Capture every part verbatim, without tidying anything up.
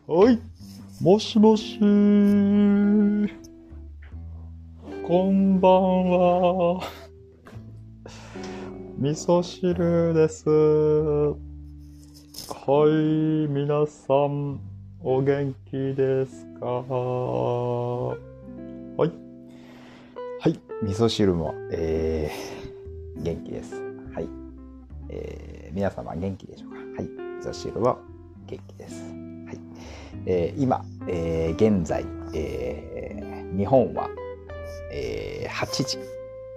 はい、もしもし、こんばんは。味噌汁です。はい、皆さん、お元気ですか？はい。はい、味噌汁も、えー、元気です。はい。えー、皆様元気でしょうか？はい、味噌汁は元気です。はい。えー、今、えー、現在、えー、日本は、えー、はちじ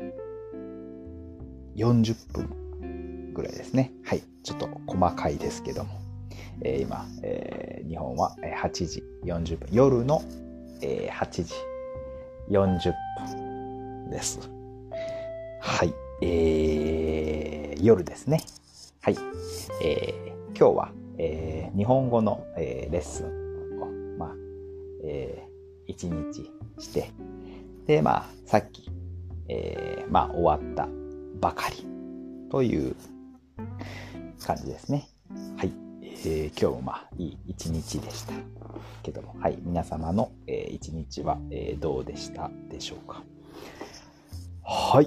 よんじゅっぷんぐらいですね。はい。ちょっと細かいですけども、えー、今、えー、日本ははちじよんじゅっぷん、夜の、えー、はちじよんじゅっぷんです。はい。えー、夜ですね。はい。えー、今日は、えー、日本語の、えー、レッスンを、まあ、えー、一日して、で、まあ、さっき、えー、まあ、終わったばかりという感じですね。はい。えー、今日もまあ、いい一日でしたけども、はい。皆様の、えー、一日は、えー、どうでしたでしょうか？はい。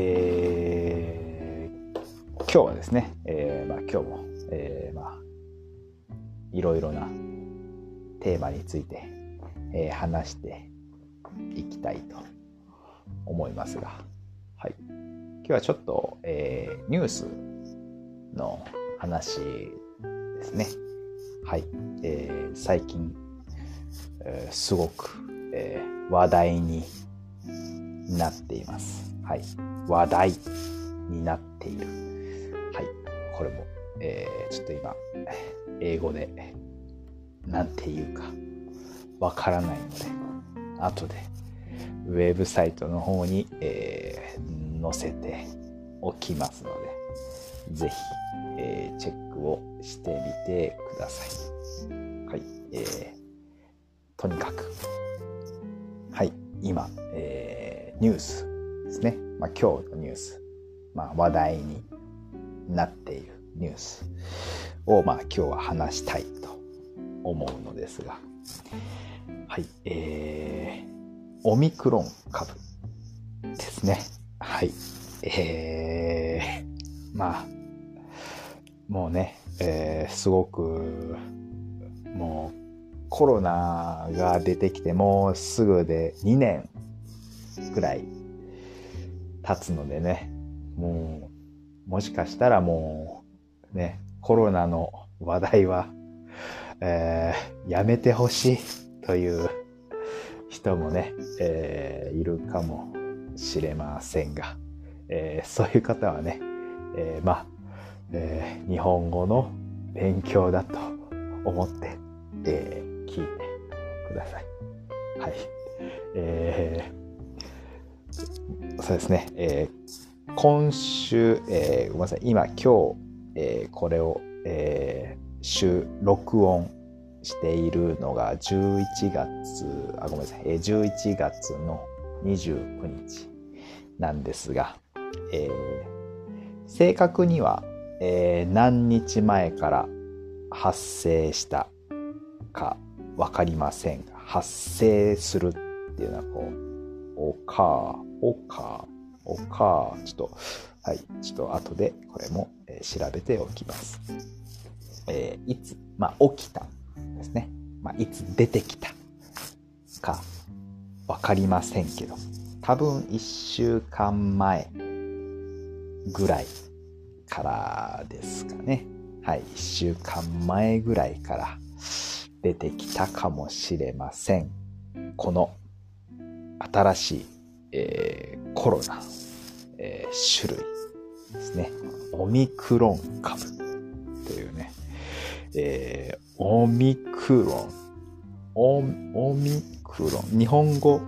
えー、今日はですね、えー、まあ、今日も、えー、まあ、いろいろなテーマについて、えー、話していきたいと思いますが、はい。今日はちょっと、えー、ニュースの話ですね。はい。えー、最近、えー、すごく、えー、話題になっています。はい。話題になっている。はい。これも、えー、ちょっと今、英語でなんていうかわからないので、後でウェブサイトの方に、えー、載せておきますので、ぜひ、えー、チェックをしてみてください。はい。えー、とにかく、はい。今、えー、ニュースですね。まあ、今日のニュース、まあ、話題になっているニュースを、まあ、今日は話したいと思うのですが、はい。えー、オミクロン株ですね。はい。えー、まあ、もうね、えー、すごく、もう、コロナが出てきてもうすぐでにねんくらい経つのでね、もう、もしかしたらもう、ね、コロナの話題は、えー、やめてほしいという人もね、えー、いるかもしれませんが、えー、そういう方はね、えー、まあ、えー、日本語の勉強だと思って、えー、聞いてください。はい。えー、そうですね。えー、今週、えー、ごめんなさい。今、今日、えー、これを、えー、週録音しているのがじゅういちがつ、あ、ごめんなさい。えー、じゅういちがつのにじゅうくにちなんですが、えー、正確には、えー、何日前から発生したかわかりませんが、発生するっていうのはこう、おか、おか、おか、ちょっと、はい、ちょっと後でこれも、えー、調べておきます。えー、いつ、まあ、起きたですね。まあ、いつ出てきたかわかりませんけど、多分いっしゅうかんまえぐらいからですかね。はい、いっしゅうかんまえぐらいから出てきたかもしれません。この新しい、えー、コロナ、えー、種類ですね。オミクロン株というね、えー、オミクロン、オ、オミクロン、日本語、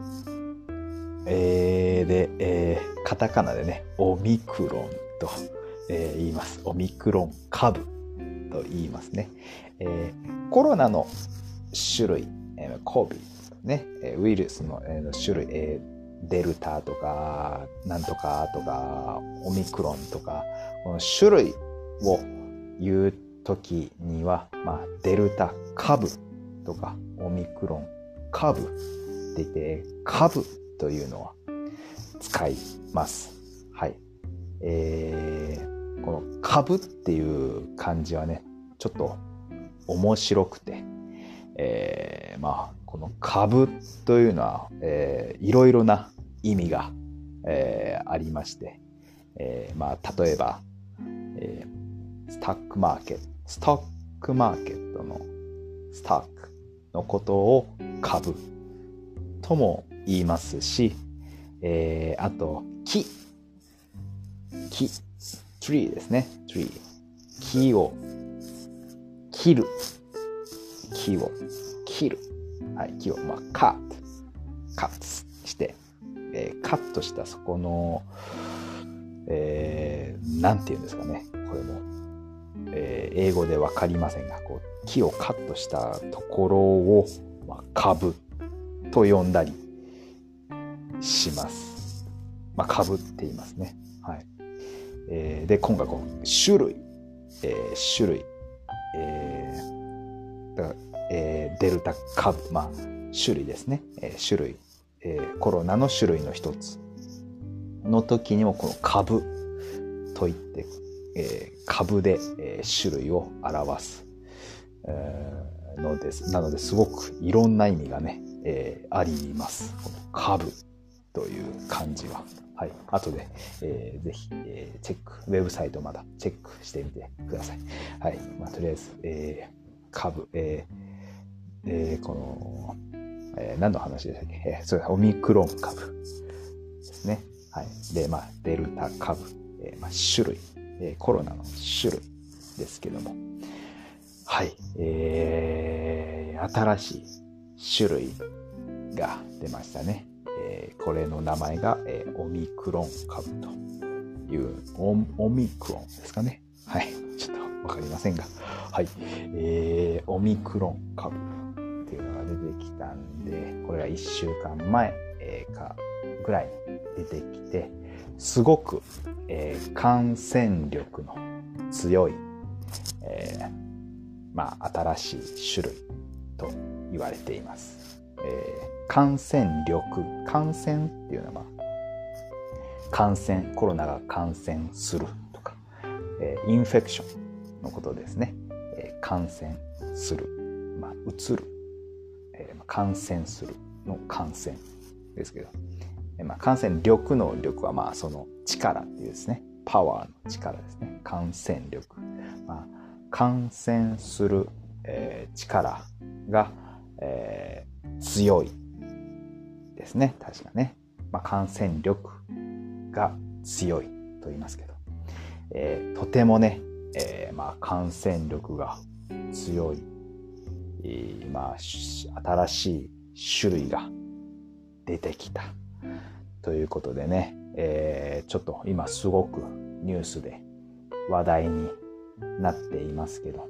えー、で、えー、カタカナでね、オミクロンと、えー、言います。オミクロン株と言いますね。えー、コロナの種類、えー、コビね、ウイルスの、えー、種類、えー、デルタとか、なんとかとか、オミクロンとか、この種類を言うときには、まあ、デルタ株とかオミクロン株って言って、株というのは使います。はい。えー、この株っていう漢字はね、ちょっと面白くて、えー、まあこの株というのは、えー、いろいろな意味が、えー、ありまして、えー、まあ例えば、えー、スタックマーケット、ストックマーケットのスタックのことを株とも言いますし、えー、あと木、木、tree ですね、tree、木を切る、木を切る、はい、木をまあカット、カットして、えー、カットしたそこの、えー、なんていうんですかね、これも、えー、英語でわかりませんが、こう木をカットしたところを、まあ、株と呼んだりします。まあ、株って言いますね。はい。えー、で、今回こう種類、えー、種類、えーだえー、デルタ株、まあ種類ですね。えー、種類、えー、コロナの種類の一つの時にもこの株といって、えー、株で、えー、種類を表す、えー、のです。なのですごくいろんな意味がね、えー、あります。この株という漢字は。はい。後で、えー、ぜひ、えー、チェック、ウェブサイトまだチェックしてみてください。はい。まあ、とりあえず、えー、株、えーえー、この、えー、何の話でしたっけ、えー、そうです。オミクロン株ですね。はい。で、まあ、デルタ株、えーまあ、種類、えー、コロナの種類ですけども、はい。えー、新しい種類が出ましたね。えー、これの名前が、えー、オミクロン株というオ、オミクロンですかね。はい。ちょっとわかりませんが。はい。えー、オミクロン株っていうのが出てきたんで、これがいっしゅうかんまえ、えー、かぐらいに出てきて、すごく、えー、感染力の強い、えー、まあ、新しい種類と言われています。えー感染力、感染っていうのは、まあ、感染、コロナが感染するとか、えー、インフェクションのことですね。えー、感染する、まあ、うつる、えー、感染するの感染ですけど、えーまあ、感染力の力は、まあ、その力っていうですね、パワーの力ですね。感染力。まあ、感染する、えー、力が、えー、強い。ですね。確かね。まあ、感染力が強いと言いますけど、えー、とてもね、えー、まあ感染力が強い、えー、まあ新しい種類が出てきたということでね、えー、ちょっと今すごくニュースで話題になっていますけど、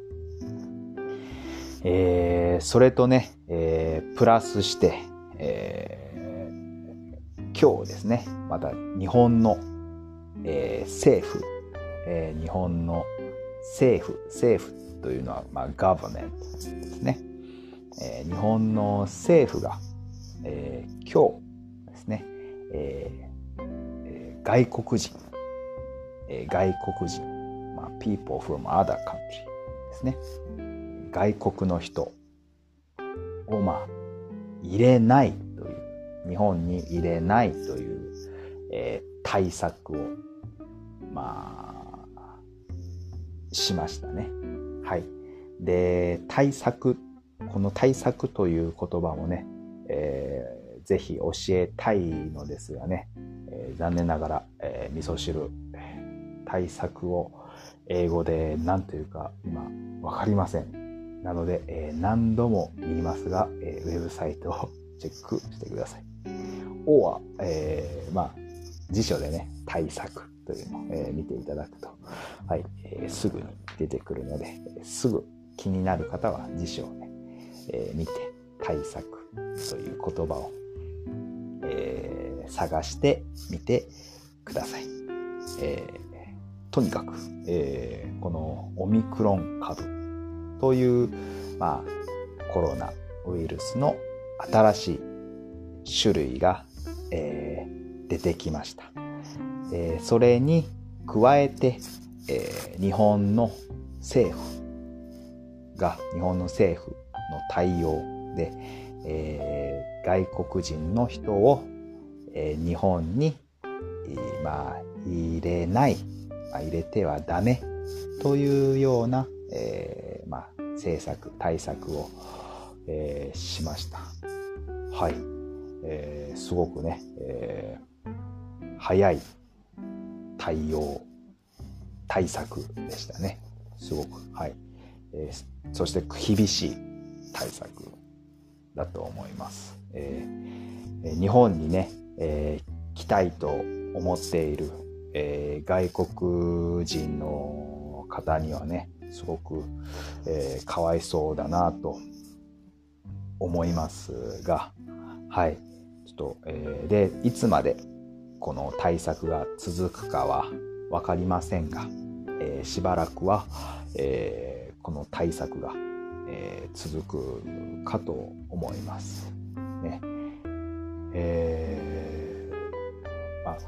えー、それとね、えー、プラスして、えー今日ですね、また日本の、えー、政府、えー、日本の政府、政府というのは、まあ、government ですね、えー。日本の政府が、えー、今日ですね、えー、外国人、えー、外国人、まあ、people from other country ですね。外国の人を、まあ、入れないという、日本に入れないという、えー、対策をまあしましたね。はい。で、対策、この対策という言葉もね、えー、ぜひ教えたいのですがね、えー、残念ながら、えー、味噌汁対策を英語で何というか今わかりません。なので、えー、何度も言いますが、えー、ウェブサイトをチェックしてください。おは、えー、まあ、辞書でね、対策というのを、えー、見ていただくと、はい、えー、すぐに出てくるので、すぐ気になる方は辞書をね、えー、見て、対策という言葉を、えー、探してみてください。えー、とにかく、えー、このオミクロン株という、まあ、コロナウイルスの新しい種類が、えー、出てきました。えー、それに加えて、えー、日本の政府が日本の政府の対応で、えー、外国人の人を、えー、日本に、えー、まあ入れない、まあ、入れてはダメというような、えー、まあ政策対策を、えー、しました。はい、えー、すごくね、えー、早い対応対策でしたね。すごく、はい。えー、そして厳しい対策だと思います。えー、日本にね、えー、来たいと思っている、えー、外国人の方にはね、すごく、えー、かわいそうだなと思いますが、はい。ちょっと、えー、で、いつまでこの対策が続くかはわかりませんが、えー、しばらくは、えー、この対策が、えー、続くかと思います。ね。えー、まあ、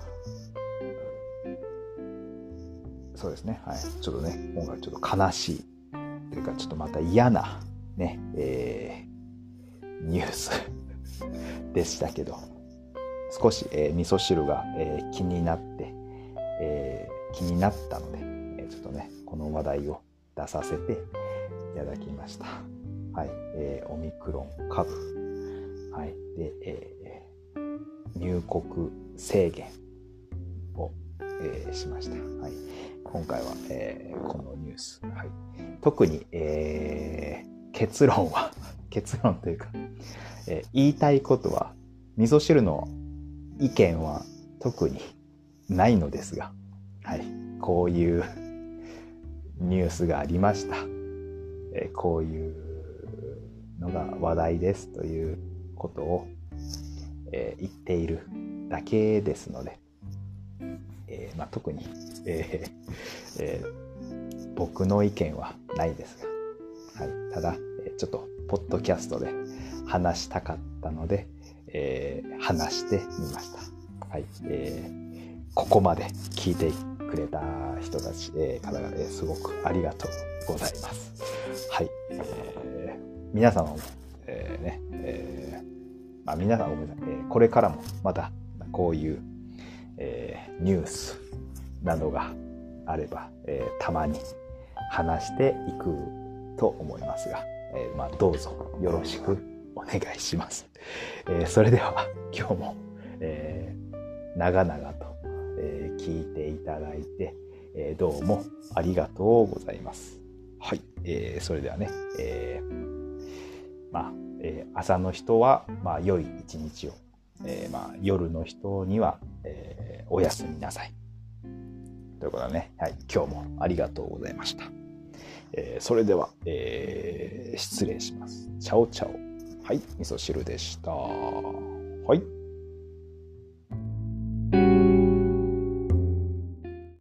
そうですね。はい。ちょっとね、今回ちょっと悲しいというか、ちょっとまた嫌なね、えー、ニュースでしたけど、少し、えー、味噌汁が、えー、気になって、えー、気になったので、えー、ちょっとねこの話題を出させていただきました。はい、えー、オミクロン株、はい、で、えー、入国制限を、えー、しました。はい、今回は、えー、このニュース、はい、特に、えー、結論は結論というか、えー、言いたいことは味噌汁の意見は特にないのですが、はい、こういうニュースがありました。えー、こういうのが話題ですということを、えー、言っているだけですので、えーまあ、特に、えーえー、僕の意見はないですが、はい、ただ、えー、ちょっとポッドキャストで話したかったので、えー、話してみました。はい、えー、ここまで聞いてくれた人たち、えー、方々、えー、すごくありがとうございます。はい、えー、皆様も、えーねえーまあ、皆さんごめんなさい、えー、これからもまたこういう、えー、ニュースなどがあれば、えー、たまに話していくと思いますが、えーまあ、どうぞよろしくお願いします。えー、それでは今日も、えー、長々と、えー、聞いていただいて、えー、どうもありがとうございます。はい、えー、それではね、えー、まあ、えー、朝の人はまあ良い一日を、えー、まあ夜の人には、えー、おやすみなさい。ということでね、はい、今日もありがとうございました。えー、それでは、えー、失礼します。チャオチャオ。はい、味噌汁でした。はい。